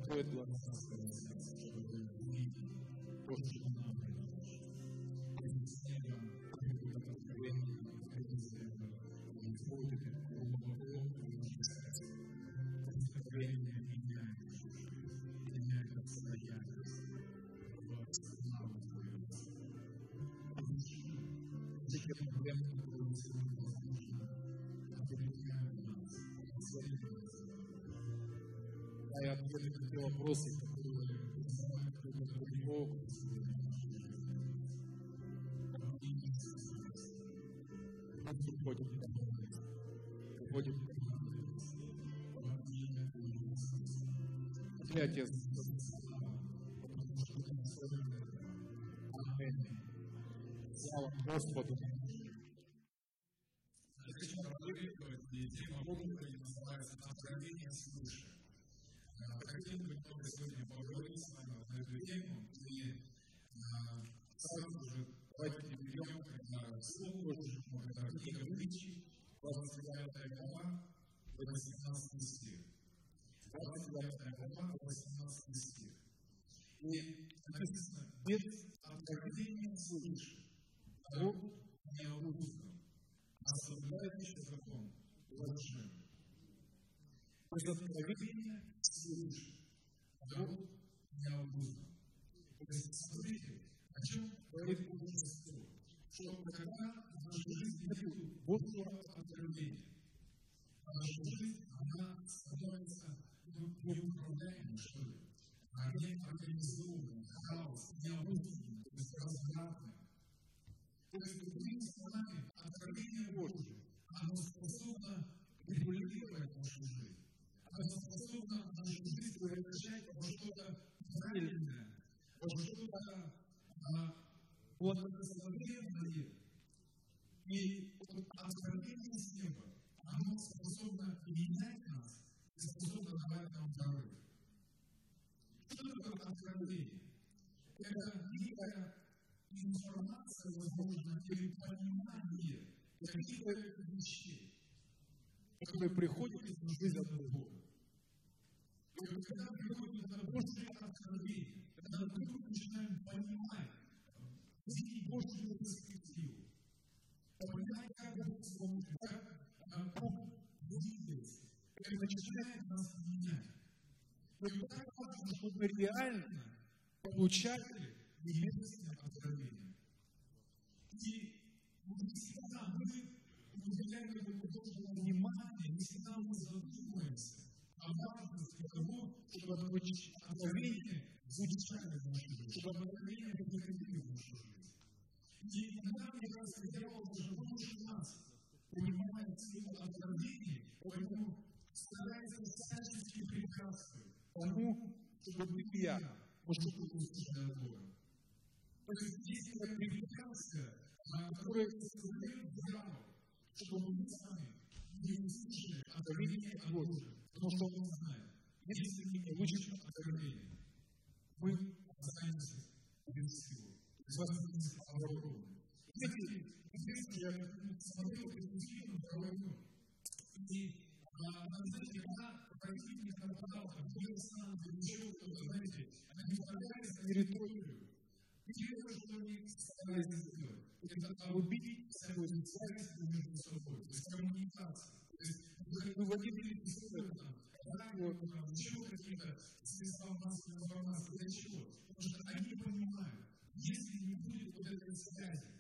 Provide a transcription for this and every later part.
откроет глаза, чтобы вы увидели то, что нам произошло. Не входит глубоко в чистоту. Откровение меняет жизнь, меняет обстоятельства, восстанавливает. Все те проблемы, которые сегодня возможны, отвлекают нас, исследуют. А я ответы на те вопросы, которые вызывают какую-то тревогу в нашей жизни. Он приходит к нам, приходит к нам. И Отец, потому что ты особенный. Аминь. Слава Господу. Хочу проповедовать, и тема проповеди называется «Откровение свыше». Хотел бы только сегодня поговорить с вами на эту тему, и сразу же давайте перейдем к Слову Божьему, это книга Притчи, 29 глава, 18 стих. 29 глава, 18 стих. И написано: «Без откровения свыше, тот не обуздан, оставляющий закон блажен». Без откровения свыше, тот не обуздан. То есть, смотрите, о чем говорит Божество, что когда в нашей жизни нет Божьего откровения, наша жизнь, она становится неуправляемой, что ли, неорганизованной, хаос, необузданной, то есть развратной. То есть, другими словами, откровение Божье, оно способно регулировать нашу жизнь, оно способно нашу жизнь превращать во что-то правильное, во что-то благословенное. И откровение с неба, оно способно менять нас и способно давать нам дары. Что такое откровение? Это некая информация, возможно, или понимание каких-то вещей, которые приходят из нашей жизни от Бога. И когда приходит это Божье откровение, когда мы вдруг начинаем понимать, видеть Божью перспективу, понимать, как Бог смотрит, как Бог двигается, это начинает нас менять. Но так важно, чтобы мы реально получали небесное откровение. И не всегда мы уделяем этому должного внимания, не всегда мы задумываемся о важности того, чтобы откровение звучало в нашей жизни, чтобы откровение приходило в нашу жизнь. И иногда, мне кажется, дьявол даже больше нас понимает силу откровения, поэтому старается всячески препятствовать тому, чтобы мы и я можем быть услышаны от Бога. То есть есть такое препятствие, которое создает дьявол, чтобы мы с вами не услышали откровение Божие, потому что он знает, если мы не получим откровение, мы останемся без всего. То есть останемся оборваны. Знаете, интересно, я смотрел этот фильм про войну, и знаете, когда противник нападал, там, Вьетнам, или еще кто-то, знаете, они вторгались на территорию. И первое, что они старались сделать, это убить всякую связь между собой, то есть коммуникацию. То есть выводили из строя там, радио, там, еще какие-то средства массовой информации. Для чего? Потому что они понимают, если не будет вот этой связи,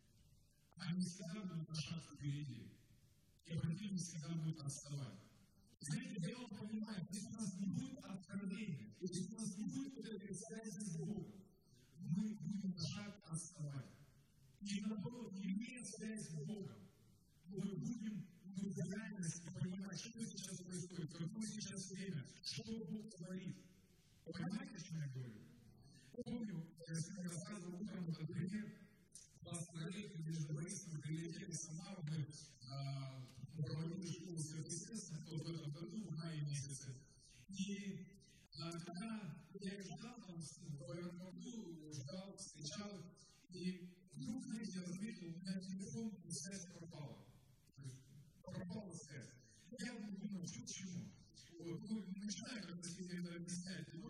они всегда будут на шаг впереди. И противник всегда будет отставать. Знаете, дьявол понимает, если у нас не будет откровения, если у нас не будет вот этой связи с Богом, мы будем на шаг отставать. И наоборот, не имея связи с Богом, мы будем в реальности понимать, что сейчас происходит, какое сейчас время, что Бог творит. Понимаете, о чем я говорю? Помню, я сегодня рассказывал утром этот пример. 20 между Борисом прилетели в Самару, мы проводили школу сверхъестественных в этом году, в мае месяце. И когда я ждал там в аэропорту, ждал, встречал, и вдруг, знаете, я заметил, у меня телефон, и связь пропала. То есть пропала связь. Я думаю, что к чему? Вот, начинаю как-то себе это объяснять. Ну,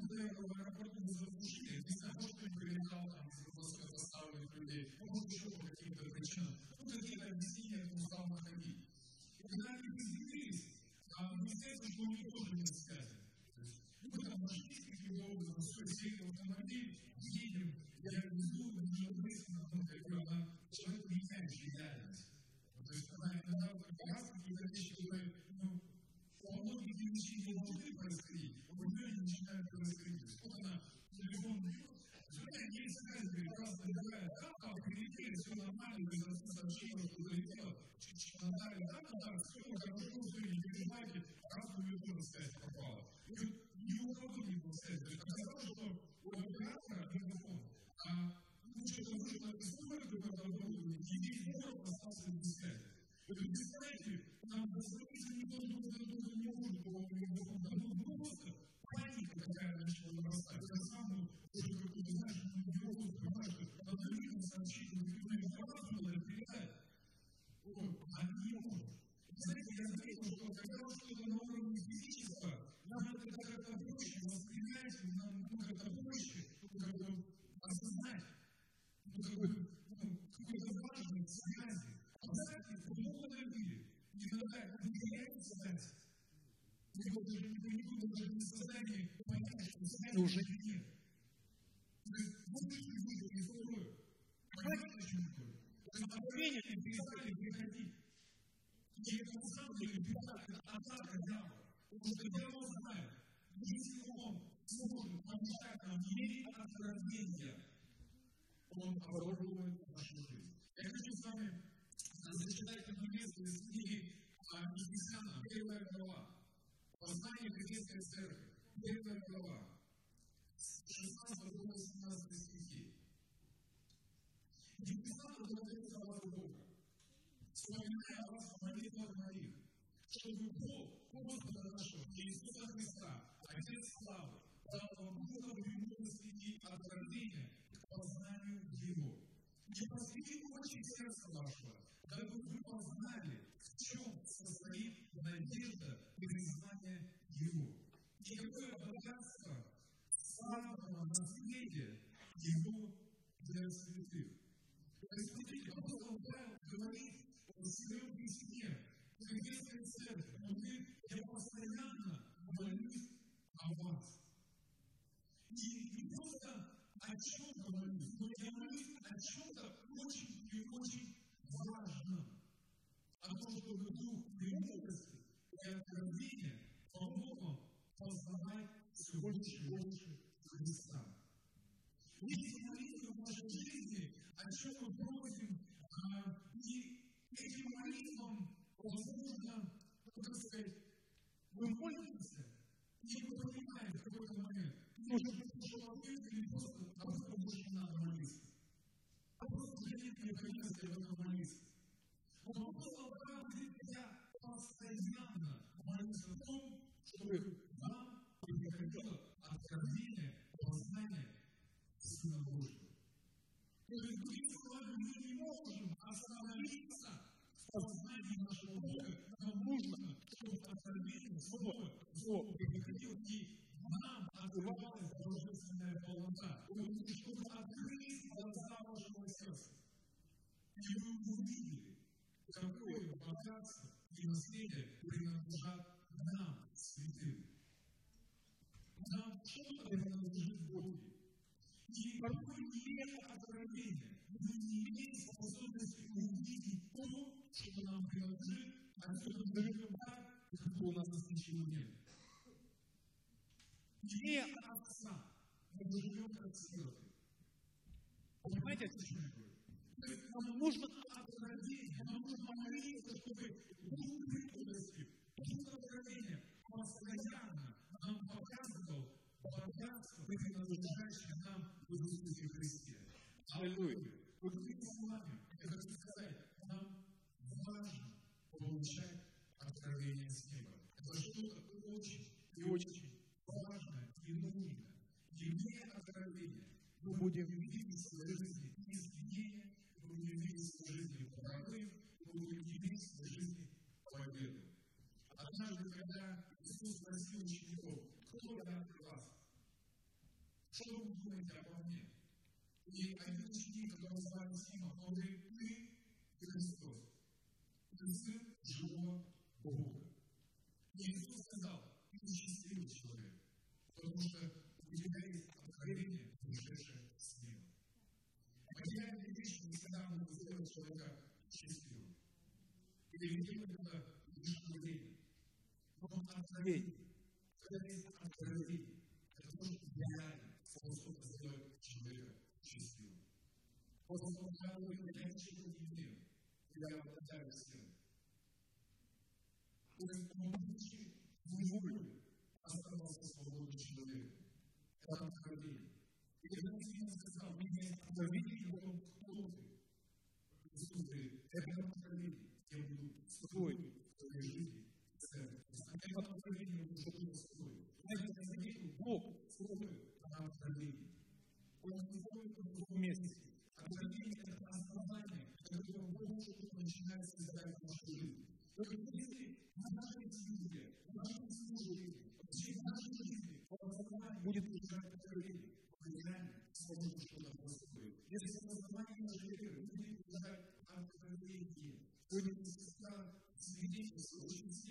теряется дальше. Ты не будешь даже в сознании понять, что связи уже нет. То есть, будешь ли вы из другой? Понимаете, почему такое? То есть, откровение ты перестали приходить. И это на самом деле беда, это атака дьявола. Потому что дьявол знает, если он сможет помешать нам иметь откровение, он обворовывает нашу жизнь. Я хочу с вами зачитать одно место из книги Ефесянам, 1 глава. Познание Христовой Церкви, 1 глава, 16 до 18 стихи. Ефесянам говорится о вас Бога, вспоминая о вас в молитвах моих, чтобы Бог, Господа нашего, Иисуса Христа, Отец славы, дал вам духа премудрости и откровения к познанию Его. Не посвятите очи сердца вашего, дабы вы познали, в чем состоит надежда признания Его. И какое богатство славного наследия Его для святых. То есть, смотрите, апостол Павел говорит о своем письме, в Христовой Церкви. Он говорит, я постоянно молюсь о вас. И не просто о чем-то молюсь, но я молюсь о чем-то очень и очень важном. О том, чтобы дух премудрости и откровения помог вам познавать все больше и больше Христа. Есть молитвы в нашей жизни, о чем мы просим, и этим молитвам, возможно, так сказать, мы молимся, и мы понимаем в какой-то момент, может быть, что ответ или просто об этом больше не надо молиться. А просто уже нет необходимости об этом молиться. Но апостол Павел говорит, я постоянно молюсь о том, чтобы вам приходило откровение, познание Сына Божьего. То есть, другими словами, мы не можем остановиться в познании нашего Бога. Нам нужно, чтобы откровение снова приходило и нам открывалась божественная полнота. И чтобы открыть глаза вашего сердца. И вы увидели, какое богатство и наследие принадлежат нам, святым. Нам что-то принадлежит Богу. И порой, не имея откровения, мы не имеем способности увидеть то, что нам принадлежит, а что мы живем так, как у нас ничего нет. Имея Отца, мы живем как сироты. Понимаете, о чем я говорю? То есть нам нужно откровение, нам нужно молиться, чтобы Дух премудрости, Дух откровения постоянно нам показывал богатство, принадлежащее нам в Иисусе Христе. Аллилуйя. Вот другими словами, я хочу сказать, нам важно получать откровение с неба. Это что-то очень и очень важное и нужное. Имея откровение, мы будем видеть в своей жизни изменения, мы будем видеть в своей жизни прорыв, мы будем видеть в своей жизни победу. Однажды, когда Иисус спросил учеников, кто я для вас? Что вы думаете обо мне? И один ученик, которого звали Симон, он говорит, ты Христос, ты Сын живого Бога. И Иисус сказал, ты счастливый человек, потому что у тебя есть откровение, пришедшее с неба. Материальные вещи никогда не могут сделать человека счастливым. Или делают это лишь время. Но откровение, когда есть откровение, это то, что реально способно сделать человека счастливым. После того, как я ничего не имею, я обладаю всем. То есть он будучи волей, оставался свободным человеком. Это откровение. И когда Иисус сказал, у меня есть откровение о том, кто ты, Иисус говорит, это откровение, я буду строить в твоей жизни церковь. Это откровение уже было строить. Знаете, я заметил, Бог строит на откровении. Он не строит на другом месте. Откровение – это основание, с которого Бог что-то начинает создавать в нашей жизни. Только если в нашей семье, в нашем служении, вообще в нашей жизни будет лежать откровение, мы реально сможем что-то построить. Если в основании нашей веры будет лежать откровение, то это всегда свидетельство очень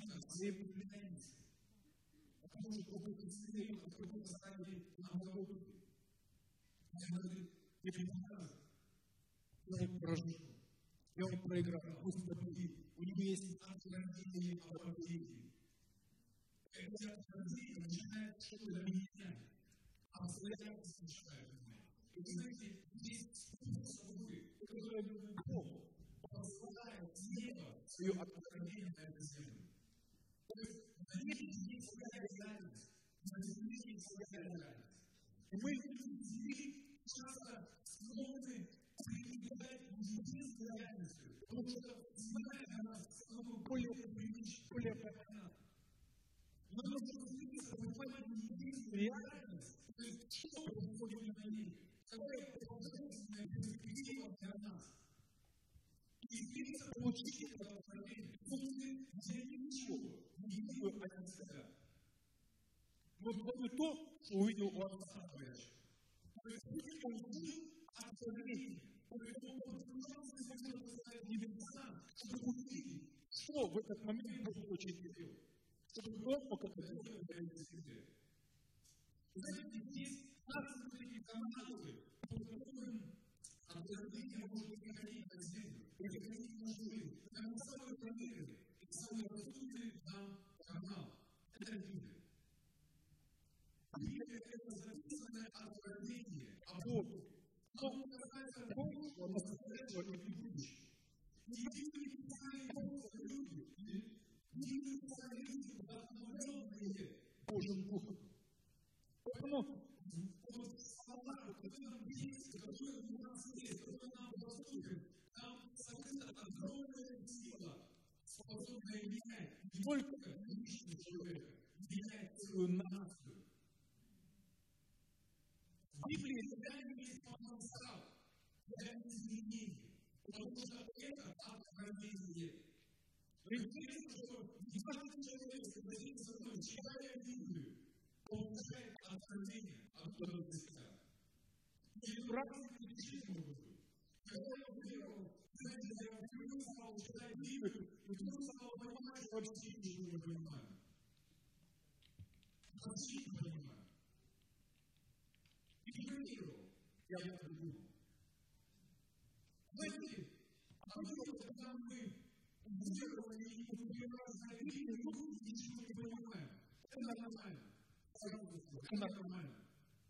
работу. И понимаю, он прожил, и он проиграл, пусть победит. У него есть рождение от победы. Это рождение начинает что-то менять. Обстоятельства начинают менять. И вы знаете, есть способы, которые Бог посылает с неба свое откровение на эту землю. То есть на небе есть своя реальность, на земле есть своя реальность. И мы люди часто склонны пренебрегать единственной реальностью, потому что земля для нас намного более привычна, более понятна. Но нам нужно стремиться понимать единственную реальность, то есть что происходит на небе, какая продолжительная перспектива для нас. И стремиться получить это откровение, я ничего не делаю от себя. Но говорю то, что увидел у отца говорящего. То есть пусть он жил откровение, пусть он подгружался и хотел поставить небеса, чтобы увидеть, что в этот момент Бог хочет делать. Чтобы Бог мог это делать в себе. Знаете, есть разные такие каналы, по которым откровение может приходить на землю, приходить на жизнь. Это самый проверенный и самый разумный нам канал. Это Библия. Библия – это записанное откровение о Боге. Оно касается прошлого, настоящего и будущего. И Библию писали просто люди, Библию писали люди, вдохновленные Божьим Духом. Поэтому вот слова, которые нам есть, которые у нас есть, которые нам доступны, там сокрыта огромная сила, способная менять не только личного человека, менять целую нацию. В Библии реально есть потенциал для изменения, потому что это откровение. Но интересно, что не каждый человек, согласится со мной, читая Библию, получает откровение от Бога для себя. И в разных причинах могут быть. Когда я уверовал, знаете, я впервые стал читать Библию, и вдруг стал понимать, что вообще ничего не понимаю. Вообще не понимаю. И уверовал, я так думал. Знаете, а потом, когда мы уверовали и уверовали за Библию, мы ничего не понимаем. Это нормально. Это нормально.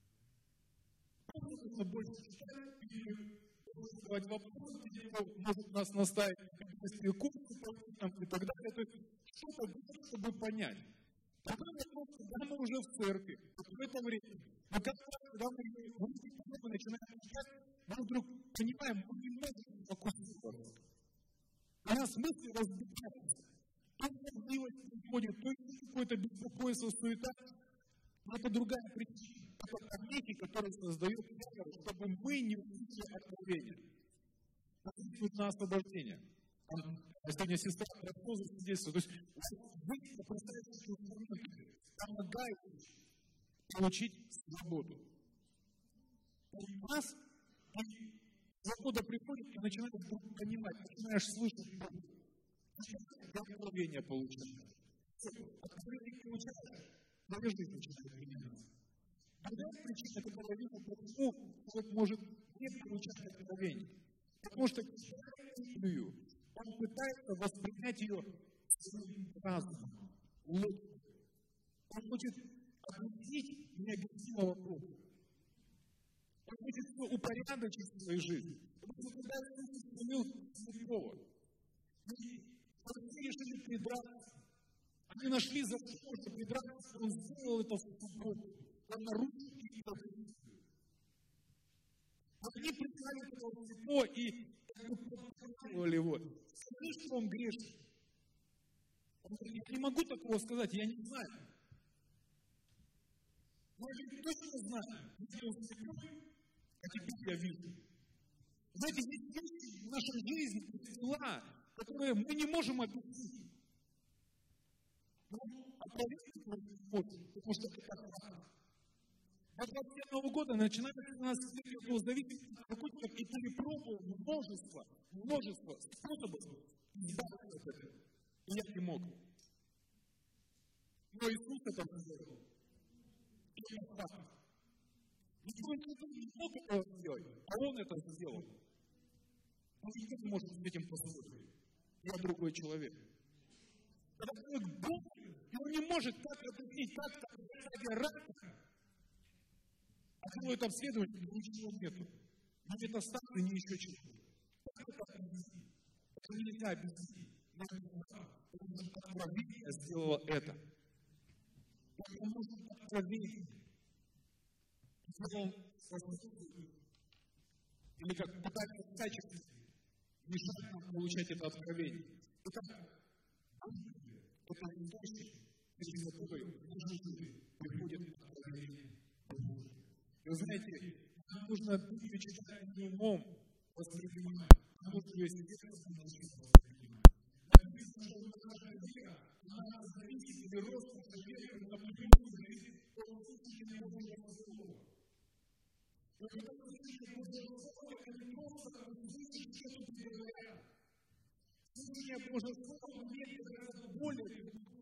нужно больше читать Библию, задавать вопросы, может нас наставить на курсы и так далее. То есть что-то делать, чтобы понять. Потом вопрос, когда мы уже в церкви, в какое-то время, но когда мы начинаем читать, мы вдруг понимаем, мы не можем фокусироваться. У нас мысли разбегаются. То злость приходит, то какое-то беспокойство, суета. Но это другая причина. Это помехи, которые создают камеру, чтобы мы не увидели откровения. Нужно освобождение. Сегодня сестра рассказывает свидетельство. То есть вы представляете, что помогаете получить свободу. У нас свобода приходит и начинаешь вдруг понимать, начинаешь слышать Бога. Откровение получаешь. Откровение получаешь, твоя жизнь начинает меняться. Другая причина, которая видно, почему человек может не получать откровение. Потому что Библию он пытается воспринять ее своим разумом, логикой. Он хочет объяснить необъяснимого Бога. Он хочет все упорядочить в своей жизни. Потому что когда Иисус изменил слепого, они решили придраться. Они нашли за что придраться, он сделал это в Богу. Он нарушил их позицию. Они признали это слепо и подталкивали его. Скажи, что он грешит. Он говорит, я не могу такого сказать, я не знаю. Но я точно знаю, где он слепой, а теперь я вижу. Знаете, есть вещи в нашей жизни, дела, которые мы не можем объяснить. Но отправить происходит, потому что это так. До 21 года начинается у нас был зависеть от какой-то и перепробовал множество способов избавиться от этого. И я не мог. Но Иисус это сделал. И это факт. Никто не мог этого сделать, а он это сделал. Он никто не может с этим поспорить. Я другой человек. Когда человек Бог, и он не может так объяснить, как ради рака, а делают обследование, ничего нету. Ни метастазы, ни еще чего. Это нельзя объяснить. Откровение сделало это. Потому что откровение сделал или как пытается всячески мешать нам получать это откровение. Это источник, через который приходит откровение. И вы знаете, нам нужно Библию читать не умом, воспринимать. Нам нужно ее сердцем научиться воспринимать. Написано, что наша вера, она зависит или рост нашей веры, напрямую зависит от слушания Божьего Слова. И когда мы слышим Божьего Слова, это не просто слышать, что тут говорят. Слушание Божьего Слова имеет гораздо более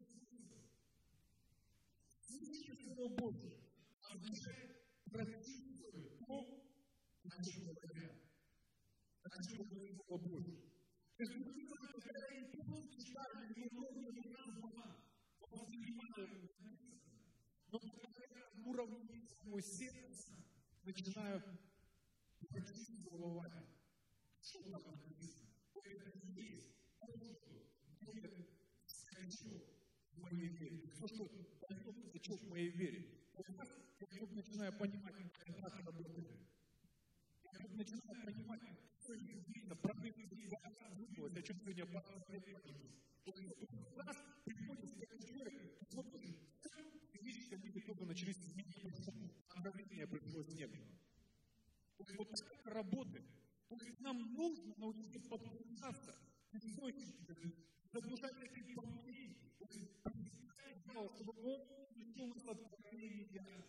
слушание Слова Божьего означает практическую то, о чем говорят. О чем говорит Слово Божье. То есть, когда я не просто читаю, или много разума, воспринимаю, но когда я на уровне своего сердца начинаю практически головать, что там написано, это не есть то, что будет скачок в моей вере, то, что пойдет скачок в моей вере. Я вдруг начинаю понимать, как это работает. Я вдруг начинаю понимать, что это прорыв, я чуть сегодня посмотрел. У нас приходит человек, смотрит, физически люди только начались изменения, откровения пришло с неба. Вот так это работает. То есть нам нужно научиться подключаться к источнику, заглушать эти помощи, чтобы он пришел нас от откровения.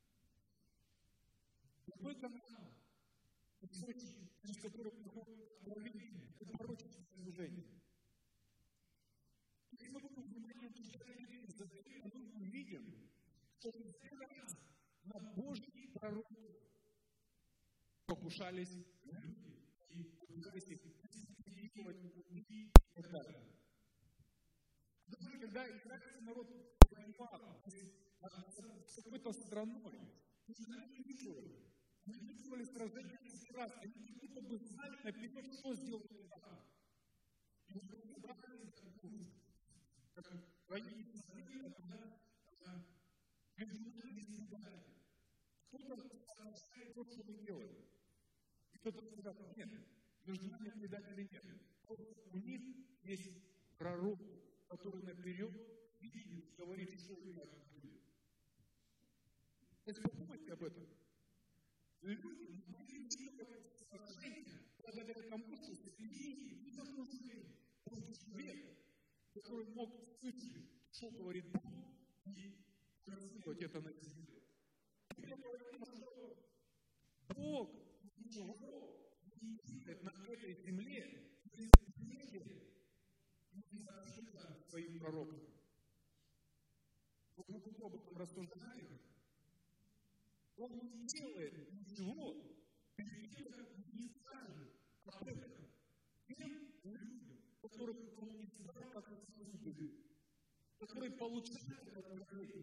Какой канал? Источник, через который приходит откровение, это пророческое служение. Если мы будем внимательно читать, мы увидим, что первый раз на Божьих пророков покушались люди и пытались их дискредитировать и так далее. Даже когда израильский народ воевал с какой-то страной, они выигрывали сражение несколько раз, они как будто бы знали наперед, что сделать Израиль. И вот Израиль как военные смотрели, когда между нами не знали. Кто-то совершает то, что мы делаем. И кто-то сказал, нет, между нами предателей нет. У них есть пророк, который наперед видит, говорит, что и как будет. То есть подумайте об этом. Люди могли делать сражения благодаря тому, что среди них заслужили человек, который мог слышать, что говорит Бог, и транслировать это на земле. Я говорю, что Бог ничего не делает на этой земле, если не сообщит своим пророкам. Вы глубоко об этом рассуждали? Он не делает ничего, перед тем, как не скажет об этом тем людям, которых он не знал, как это служили, которые получают это откровение.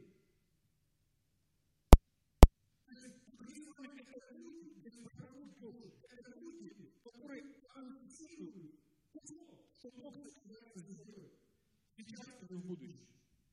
Это люди, это люди, которые анализируют то, что Бог собирается сделать сейчас и в будущем.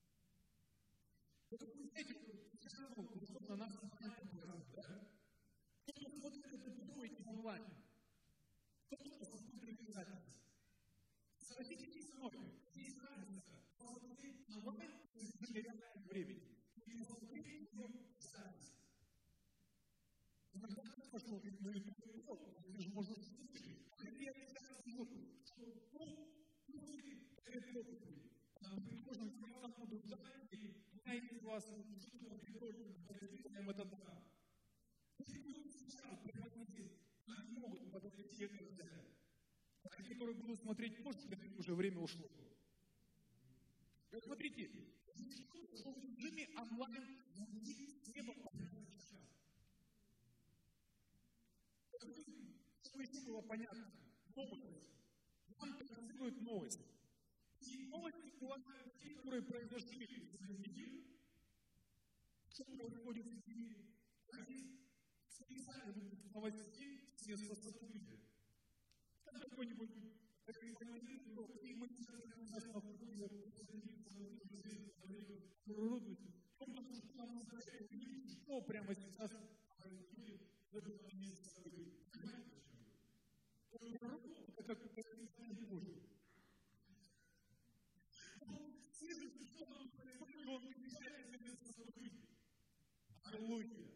Это, знаете, сейчас на нас да? Кто-то смотрит это видео эти онлайн, кто-то смотрит писательницы. Спросите снова, есть разница посмотреть онлайн в реальном времени и посмотреть ее в записи. Иногда ты пошел на YouTube, ты же можешь слушать. Я сейчас слушаю, что это проповедь. Можно я там буду ждать, и знаете вас, что-то прикольное, я это дам. Если будут сейчас приходить, они могут подойти это взять. А те, которые будут смотреть позже, уже время ушло. И вот смотрите, в режиме онлайн с неба сейчас. понятно. Новость. Нам транслируют новости. И новости бывают те, которые произошли за неделю, что происходит в мире. Они специально выпуск новостей с места события. Там какой-нибудь и мы сейчас находимся что прямо сейчас происходит в этом месте событий. Понимаете, о чем я говорю? Это как представитель Божий. Слышите, что там происходит, он приезжает на место событий. Аллилуйя.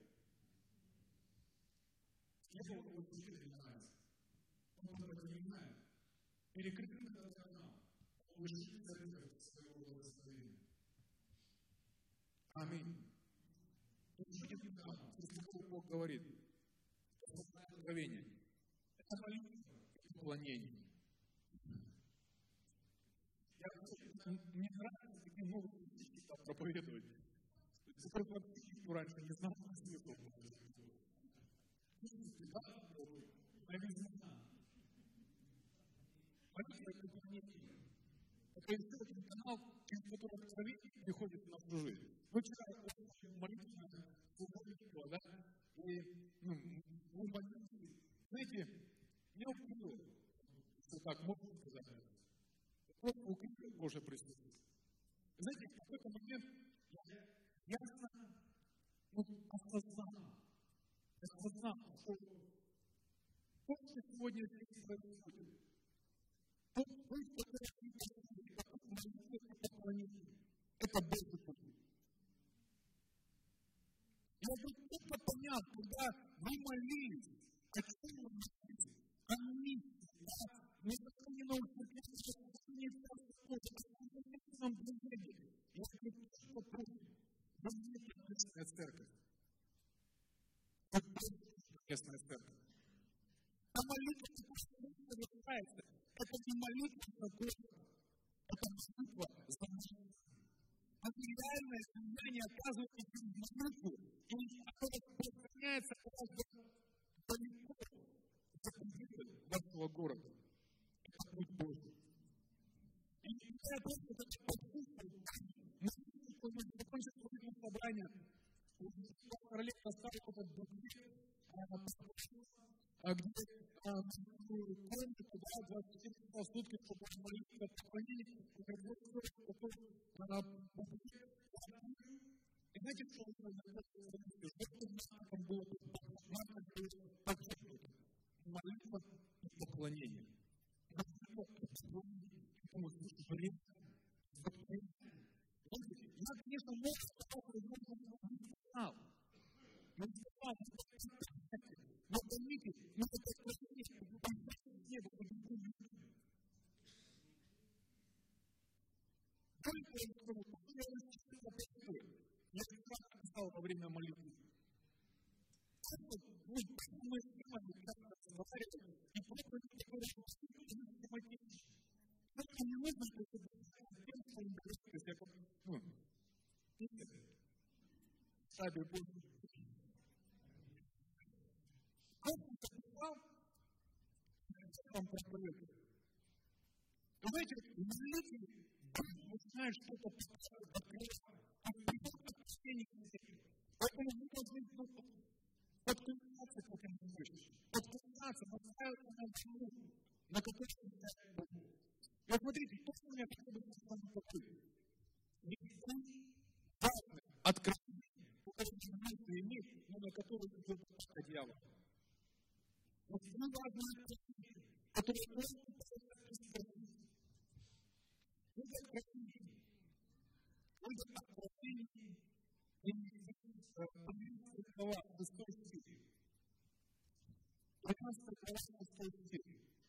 Я его очень не нравится. Он этого не знает. Перекрытый этот канал. Он лишит церковь своего благословения. Аминь. Бог говорит. Откровение. Это молитва и поклонение. Мне нравится такие новые вещи проповедовать. Я вообще никто раньше не знал, что смысл. Это еще один канал, через который откровение приходит в нашу жизнь. Мы вчера молитвенно служили, да? И мы молились. Знаете, меня укрыло, что так можно сказать. Вот укрыло Божье присутствие. Знаете, в какой-то момент я осознал, что то, что сегодня здесь происходит, то, это Божий путь. Я вдруг только понял, когда вы молились, о чем вы молились, о миссии, не только не научились, не в нам движении. Я говорю, что просто, вы не чудесная церковь. Это чудесная церковь. А молитва, которая совершается, это не молитва за Бога, это молитва за нас. Это реальное влияние оказывается через молитву, и оно распространяется гораздо далеко за пределы вашего города. Это путь Божий. И я просто это почувствовал. Мы закончили молитву собрания. Пастор Олег поставил этот буклет, где комнаты, 24 часа в сутки, чтобы молиться о поклонении, и знаете, что он там было молитва и поклонение. Я, конечно, мог сказать, но поймите, это небо, я всегда написал во время молитвы. Мы снимали, как разговаривали, и просто это не нужно, чтобы шабе Божий. Там проповедует. Вы знаете, в молитве начинаешь что-то открывать, а поэтому мы должны подключаться к этому мысли, подключаться, настраиваться на чему, на какой-то Бог. И вот смотрите, то, что я хотел бы с вами покрыть. Важное откровение, которое мы имеем, но на которое идет дьявол. Вот это важное откровение, которое может быть это откровение. Это откровение и слова 6 стих. 13 глава 6 стих.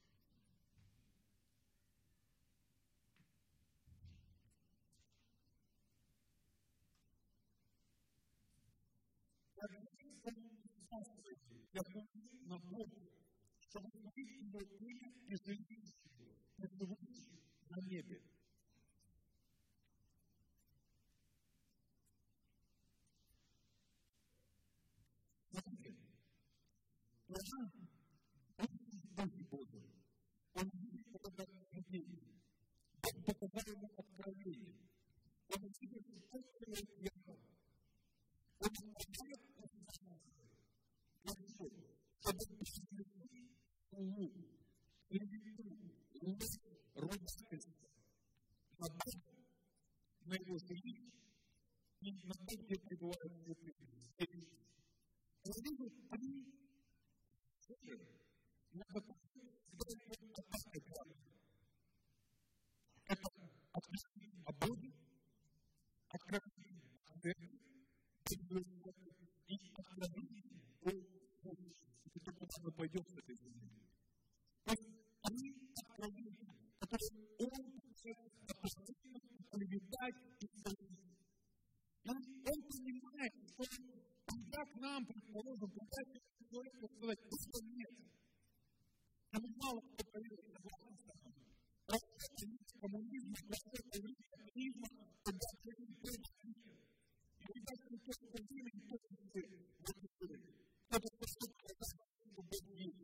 Я помню на Бога, чтобы увидеть его имя и живущего, и живущего на небе. Смотрите, Духе Божьем. Он видит это видение. Бог показал ему откровение. Он видит, что такое дьявол. Он отправляет чтобы произвести улу, клевету, ложь, ругательство на его жилище и на то, где пребывают святые. Он видит три цели, на которые всегда идет атака дьявола. Это откровение о Боге, откровение о церкви, и откровение о будущем, куда мы пойдем с этой земли. То есть они откровения, которые он постоянно клеветать и ходить. И он понимает, что когда к нам, предположим, пытается человеку сказать, что нет. Ему мало кто поверит, согласен с нами. Расцвет коммунизма, расцвет коммунизма, когда человек нет. И когда никто в это время не хочет верить. Это просто когда Бог есть.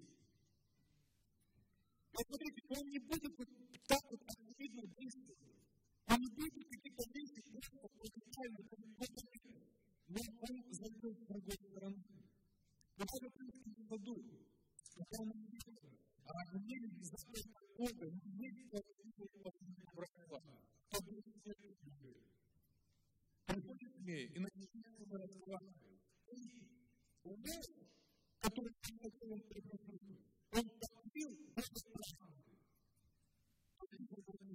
И смотрите, он не будет так вот очевидно действовать. Он не будет какие-то вещи просто радикально, но он зайдет с другой стороны. Вот это в Эдемском саду, когда он увидел, имели безопасность Бога, не имели какого-то братства, кто будет слышать Бога. Приходит змей и начинает его разговаривать. Лев, который хотел он прекратить, он покупил Бога страшного. То есть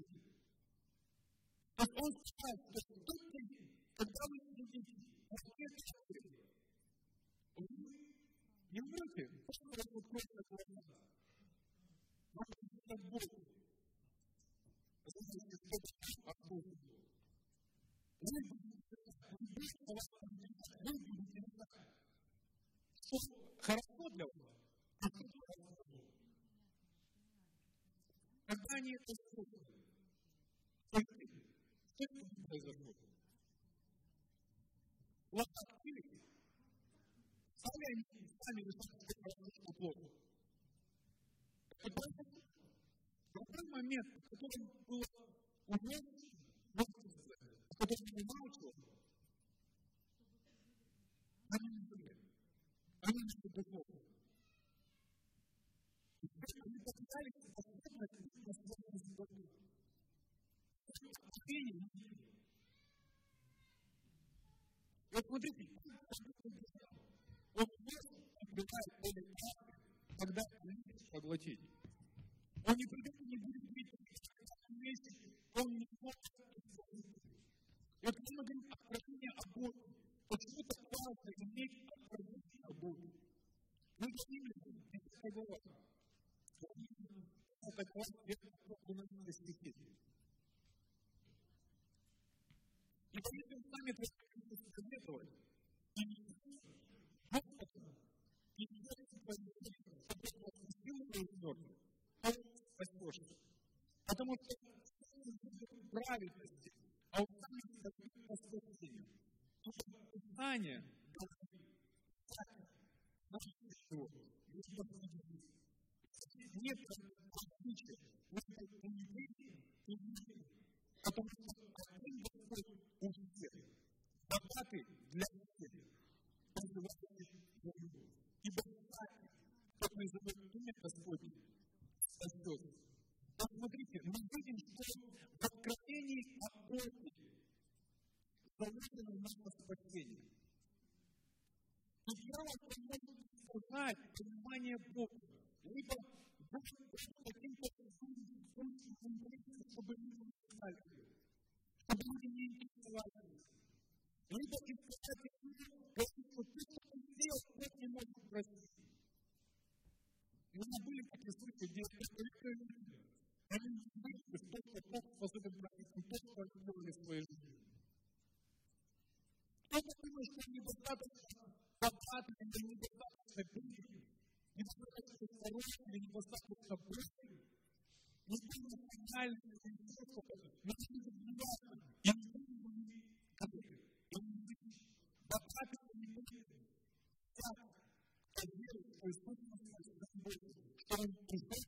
он сказал, что только когда вы сидите в ответе, вы не можете просто раскрыть глаза. Можно сказать Богу. Знаете, что это от Бога. Вы будете знать, что хорошо для вас, а что хорошо. Когда они это слушают, что это произошло? Вот открыли, стали они сами решать, что произошло плохо. В другой момент, в котором было уместно, в котором не научил, они не были. Они не были духовны. И теперь они потеряли способность на связь с Богом. Спасение не было. И вот смотрите, он просто отбирает поле правды, когда лезет поглотить. Он не придет и не будет видеть, вместе, он не может исполнить. И вот когда мы говорим откровение о Боге, почему так важно иметь откровение о Боге? Мы говорим, без всякого стихи. И поэтому мы сами должны советовать, и не Господа, и не спасибо, чтобы он отпустил твою смерть, то спасешься. Потому что праведности, а он сам не спасет по спасению. Писание говорит, знаете что? Нет отличия между иудеем и евреем, потому что один Господь у всех, богатый для всех, призывающий для него. Ибо всякий, кто призывает имя Господне, спасется. Вот смотрите, мы видим, что в откровении о Боге заложено наше спасение. И дьявол может сказать понимание Бога, либо Бог каким-то чтобы люди не знали, чтобы люди не интересовались. Либо искать людям, говорит, что ты что-то сделал, Бог не может простить. И у нас были такие случаи, где они не слышали, что Бог способен простить, не то, что они делали в своей жизни. Кто-то думает, что недостаточно богатый, или недостаточно бедный, недостаточно хороший, или недостаточно быстрый, не было финального результата, но это не влияет, и не было ни капли, и не было богатый, и не было всякого, кто верит, что Иисус Христос, что Он пришел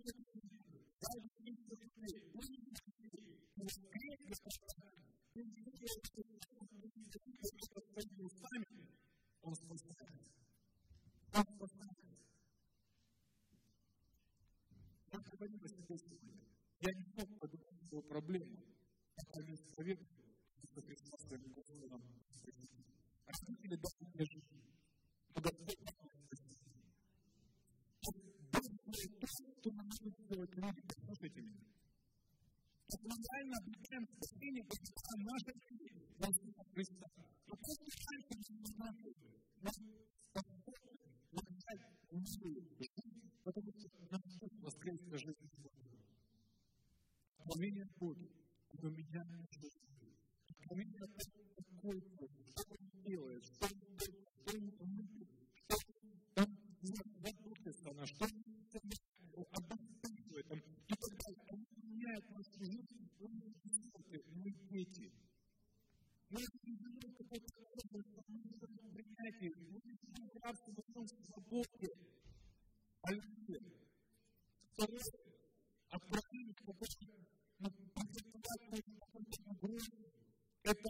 исследования. Я не мог подумать свою проблему, пока не исповедовал Иисуса Христа своим Господом. Родители дали мне жизнь, но Господь дал мне спасение. Бог знает то, что нам нужно сделать люди. Послушайте меня. Мы реально обретаем спасение благодаря нашей жизни во Иисуса Христа. Но просто раньше мы не знали, мы способны начать новую жизнь, потому что нам нужна воскресная жизнь. Откровение Бога, оно меняет жизнь. Откровение такое, что Он делает, что Он мыслит, что Он написано, что Он обеспечивает, и так далее. Он меняет нашу жизнь, Он мы дети. Мы не живем какой-то формой, мы не живем принятии, мы не живем в рабстве, мы живем в свободе. Аллилуйя. Второе, откровение, какое-то предприятие, какой-то угрозы, это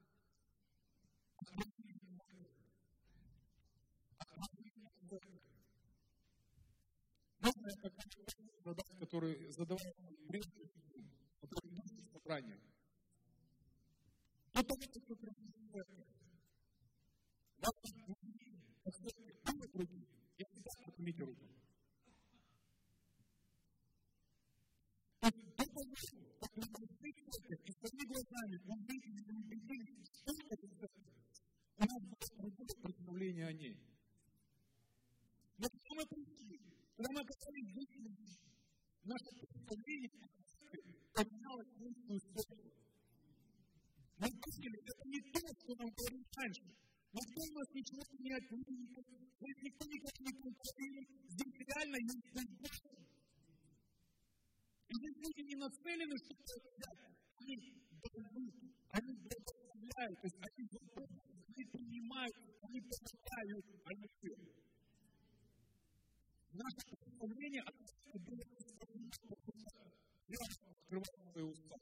можно я какой-то вопрос, который задавал прежде на предыдущем собрании? Кто только что приходит в церковь? Вас было руки? Я всегда поднимите руку. То есть до того, как вы пришли в церковь и своими глазами увидели, что это церковь, у нас было другое представление о ней. Но когда мы пришли, когда мы оказались здесь, наше представление о церкви поменялось в лучшую сторону. Мы поняли, это не то, что нам говорили раньше. Никто у нас ничего не отменил, никто никак не контролирует. Здесь реально есть Бог. И здесь люди не нацелены, чтобы взять. Они дают, они благословляют, то есть они заботятся, они принимают, они помогают, они верят. Наше представление о Церкви было открывать свои уста.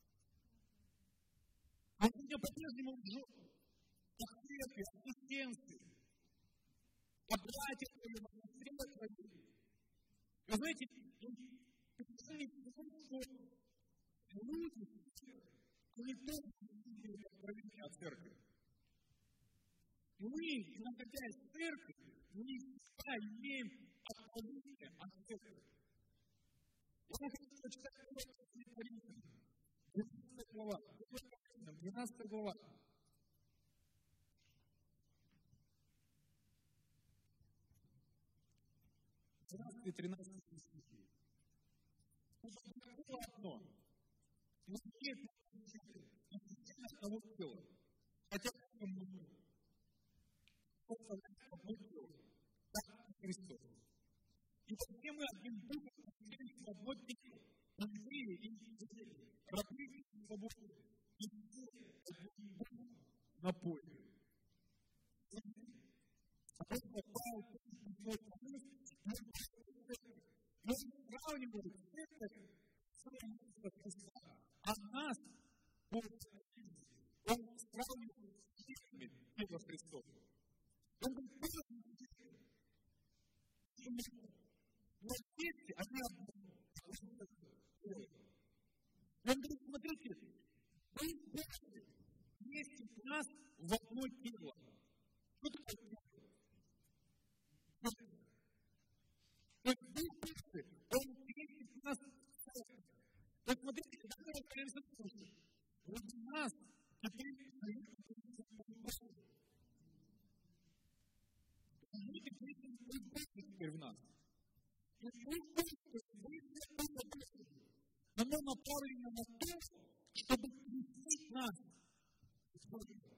А сегодня по-прежнему лжет о церкви, о христианстве, о братьях твоих, о сестрах твоих. Вы знаете, представляете, что люди, они тоже имеют откровение о церкви. И мы, находясь в церкви, мы всегда имеем откровение о церкви. Я хочу прочитать 12 глава. 12 глава. 12 и 13 стихи. Это одно. Но нет ощущения одного тела. Хотя это много. Просто одно тело. Так и Христос. И вот все мы одним духом находились в одно тело. Иудеи и иудеи. Рабы и свободные. И все одним духом на поле. Апостол Павел мы сравниваем церковь с Иисусом Христа, а нас он сравнивает с членами тела Христова. Он говорит, но вместе они одно. Он говорит, смотрите, вы вместе нас в одно тело. Что такое тело? То есть Дух Божий, Он вместе нас в церкви. То есть смотрите, когда мы разбираемся в Душе, вроде нас теперь живет Дух Божий. Люди действуют Дух Божий теперь в нас. И Дух Божий, Дух Божий, оно направлено на то, чтобы крестить нас в церкви.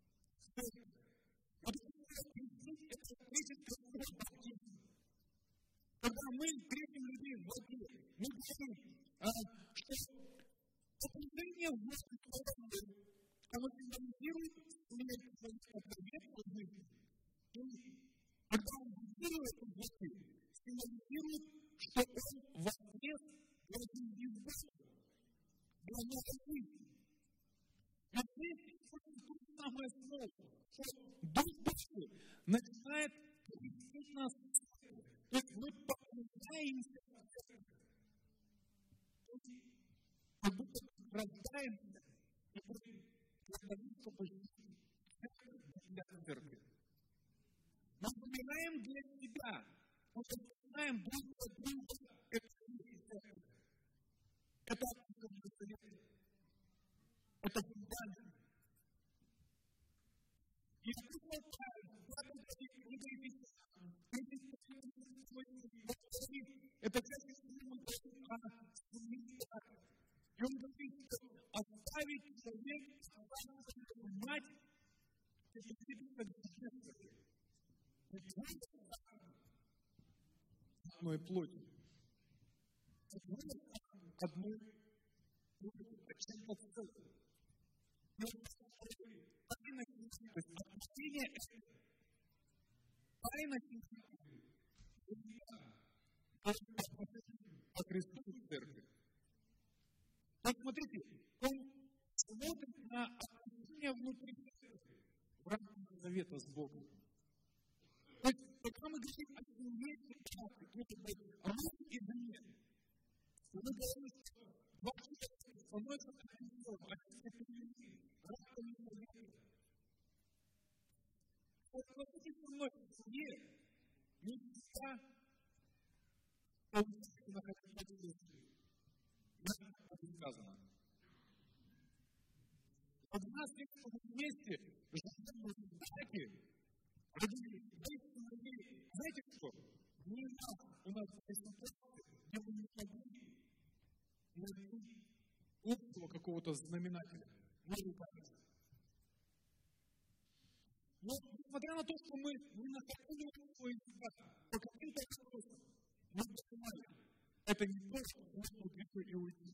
Вот крестить это греческое слово баптизм. Когда мы крестим людей в воде, мы говорим, что погружение в воду свободы, оно символизирует смерть человека по ветру жизни. И когда он входит в воду, символизирует, что он воскрес для жизни в Бога, для новой жизни. И здесь то самое слово, что Дух Божий начинает крестить нас. То есть мы погружаемся в церковь. как будто рождаемся и потому что для церкви. Мы умираем для себя. Мы начинаем друг от друга. Это фундамент. И это часть и он говорит, что оставить человека, мать, это одной плоти. Одной чем-то целым. Тайна по Христу в церкви. Вот смотрите, он смотрит на отношения внутри церкви в рамках завета с Богом. То есть, когда мы говорим о семье, о муже и жене, мы говорим, что два человека становятся одним, а если перевели, разные заветы. Вот смотрите, со мной в семье не всегда получится находить поддержку. Сказано. У нас вместе живем в браке, родили сыновей. Знаете что? Не раз у нас есть ситуации, где мы не могли найти общего какого-то знаменателя. Но несмотря на то, что мы не находили общего языка по каким-то вопросам, мы понимали, это не то, что можно убить и уйти.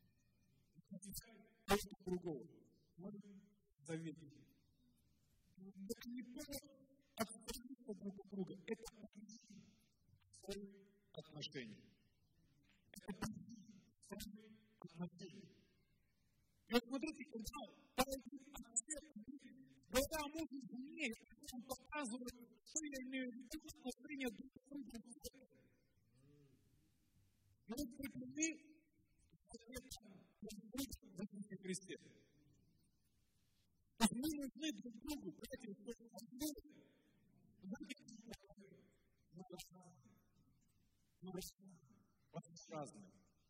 А это другого. Мы заветили. Это не то, отстраниться друг от друга. Это свои отношения. Это свои отношения. И вот смотрите, когда муж и жене, он показывает, что я имею в виду отношения друг к другу. Мы прикреплены в Иисусе Христе. То есть мы нужны друг другу, братья и сестры. Мы разные.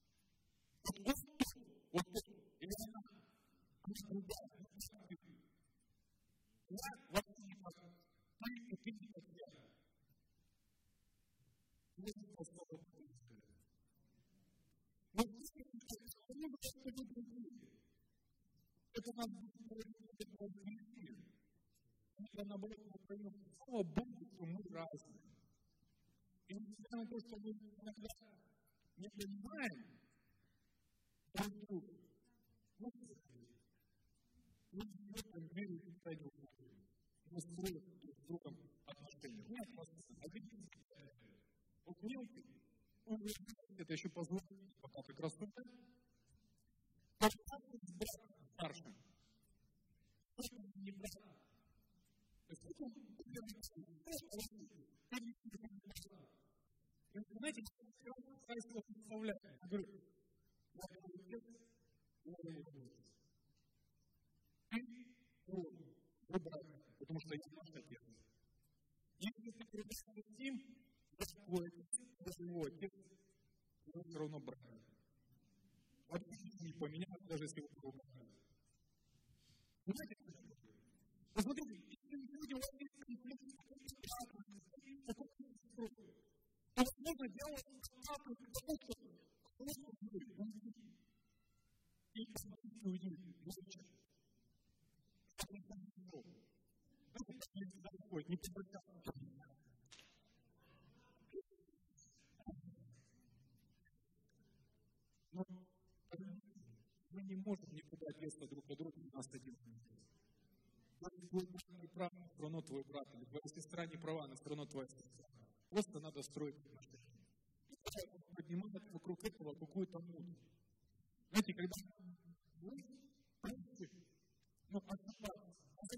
Вот тут, или она, другая. Я вообще не могу. Ты не хотел. Мы не поступаем. Это нам будет говорить, это наоборот, мы поймем, слава Богу, что мы разные. И несмотря на то, что мы иногда не понимаем друг друга, мы в этом мире не пройдем. Мы строим друг с другом отношения. Нет, просто вот мелкий, это еще позволит, пока ты красота, с братом старшим. Не брат. То есть, знаете, я себя представляю. Я говорю, я отец, я отец. Ты брат, потому что я наш отец. Если ты передаешь с ним, я твой отец, я его отец, он все равно брат. Вообще не поменялось, даже если вы поругались. Понимаете, что это? Посмотрите, если люди у вас есть конфликт, то возможно делать ставку для того, чтобы просто уйти. И уйти. Это не заходит, не побросаться. Но мы не можем никуда деться друг от друга, у нас один. Если твой брат не прав, все равно твой брат, или твоя сестра не права, но все равно твоя сестра. Просто надо строить отношения. И поднимать вокруг этого какую-то мудрость. Знаете, когда вы ошибаетесь,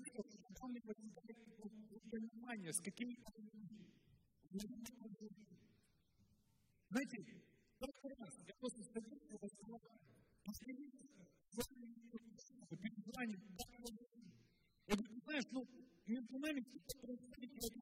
понимание, с какими-то людьми. Знаете, каждый раз я просто стою и между нами что-то происходит.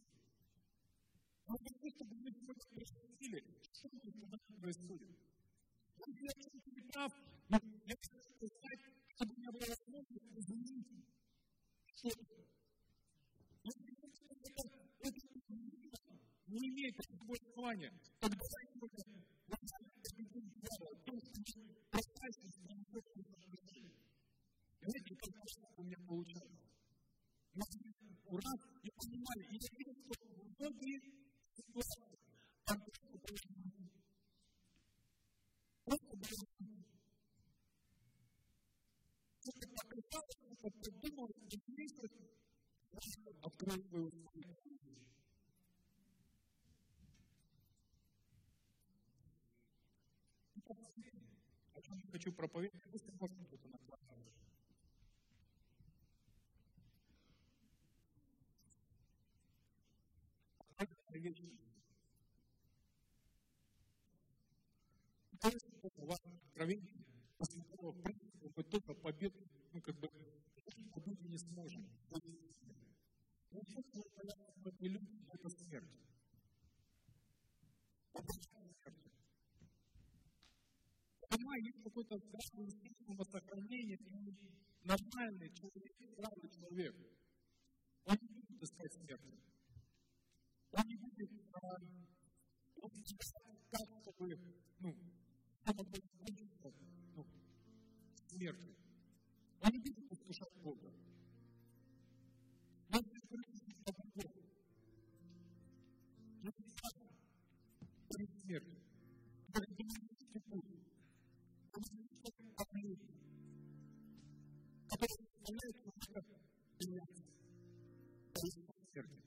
Но как будто бы мы сегодня пришли, что происходит. Если я что-то не прав, но я хочу сказать, чтобы у меня была возможность изменить что-то. Если это не имеет такого основания, тогда я сегодня знаете, как у меня получается? Ура, я понимаю, и я вижу, что многие ситуации, просто подумал, что здесь открою свою страницу. О чем я хочу проповедовать, если можно что-то накладывать. Конечно, важное откровение, после которого, в принципе, мы только победу, победу не сможем. Но то, что появляется в этой любви, это смерть. Понимаю, есть какой-то здравый инстинкт самосохранения, и нормальный человек, здравый человек, он не будет искать смерти. Он не будет так, чтобы, смертью. Он не будет искушать Бога. Он будет говорить о Боге. Он не страшно перед смертью. Он не будет путь. Он не будет облезть, который заставляет человека бояться смерти.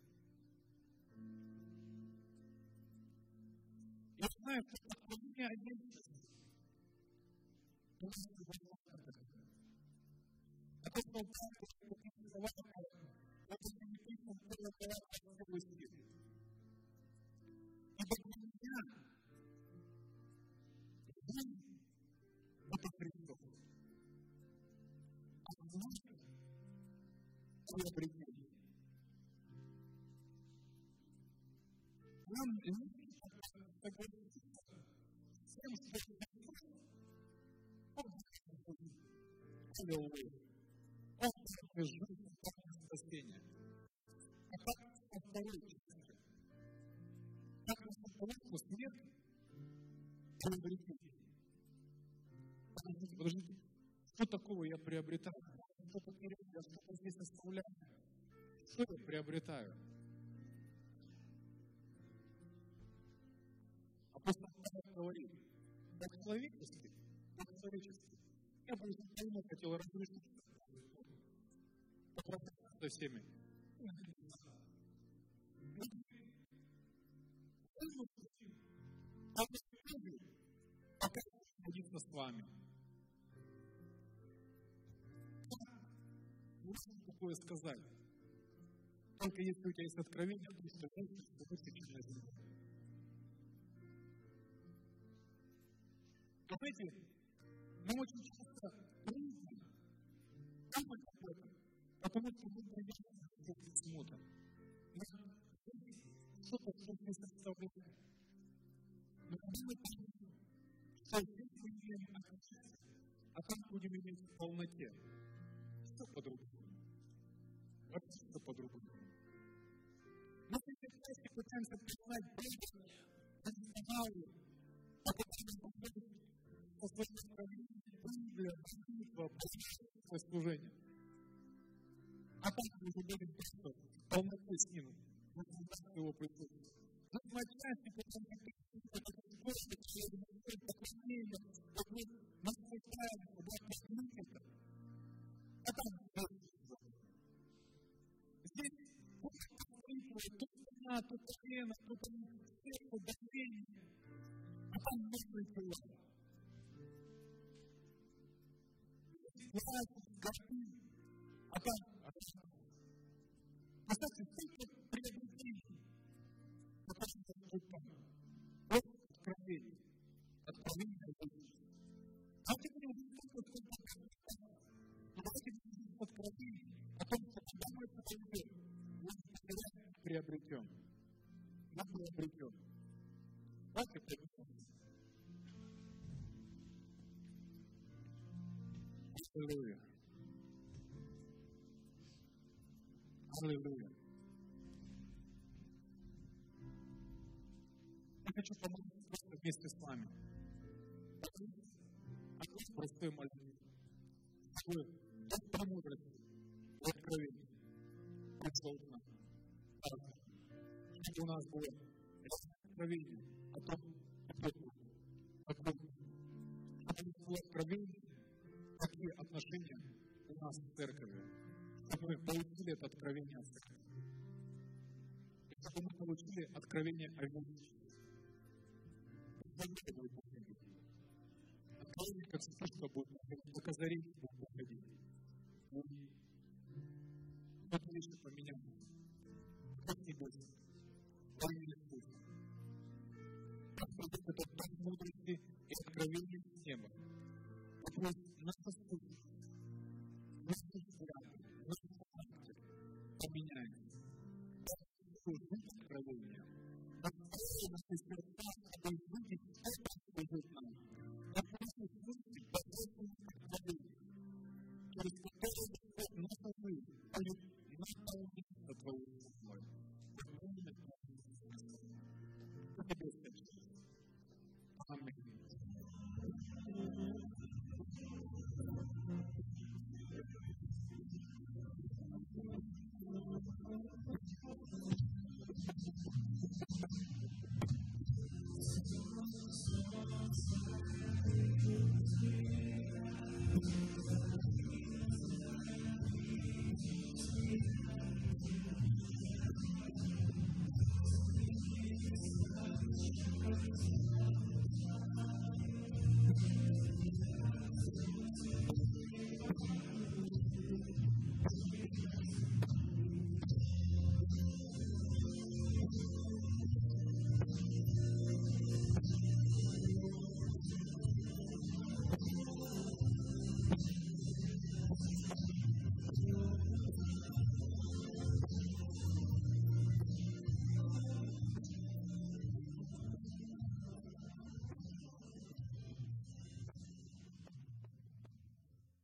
Я знаю, что откровение о Иисусе. Апостол Павел описывал это филиппийцам 1 глава 1 стих. Ибо для меня жизнь — это Христос, а смерть — приобретение. Нам нужно согласиться с тем, что Христос — Он Аллилуйя. Он дает жизнь, он спасение. А как со второй части? Как со второй смерть приобретение? Подождите. Что такого я приобретаю? Что-то теряю, я что-то здесь оставляю. Что я приобретаю? Апостол Павел говорит, как человеческий, я бы давно хотел разрешить попрощаться со всеми. Пока находиться с вами. Можно такое сказать. Только если у тебя есть откровение, то что это высоченная земля. Знаете, нам очень часто трудно думать об этом, потому что мы боимся, что смотрим. Что-то, что мы составляем. Но когда мы понимаем, что здесь мы имеем окончательно, а там будем иметь в полноте, все по-другому. Вообще все по-другому. Мы в этой части пытаемся признать Бога, профессионалу, а потом по своему направлению Библия, молитва, божественное служение. А там мы уже будем просто в полноте с Ним, в результате Его присутствия. Но в части, потому что Господь, через поклонение, как мы наслаждаемся, благословим это, а там здесь тут она, тут колено, тут сердце, давление, а там мертвые тела. Власть, гордыня, а там поставьте сколько приобретений, потому что это там. Вот откровение. Откровение любви. А теперь вот сколько откровений о том, что когда мы это пойдем, приобретен. Мы приобретен. Как это? Аллилуйя. Аллилуйя. Я хочу помолиться просто вместе с вами. Одной простой молитвой. Такой премудрости и откровения пришел к нам. Чтобы у нас было откровение о том, чтобы было откровение, какие отношения у нас в церкви, чтобы мы получили это откровение от церкви. И чтобы мы получили откровение о вечности. Откровение, как вспышка будет уходить, как озарение будет уходить. Что-то вещи поменялось. Как не бойся. Ой, не бойся. Это так мудрости и откровения с неба. Пусть наша суть, наши взгляды, наши характер поменяется. Служить откровение. Откровение наши сердца, чтобы видеть, что служит нам. Это наши мысли, божественные откровения, через которые наша жизнь будет наполниться Твоей славой. Аминь.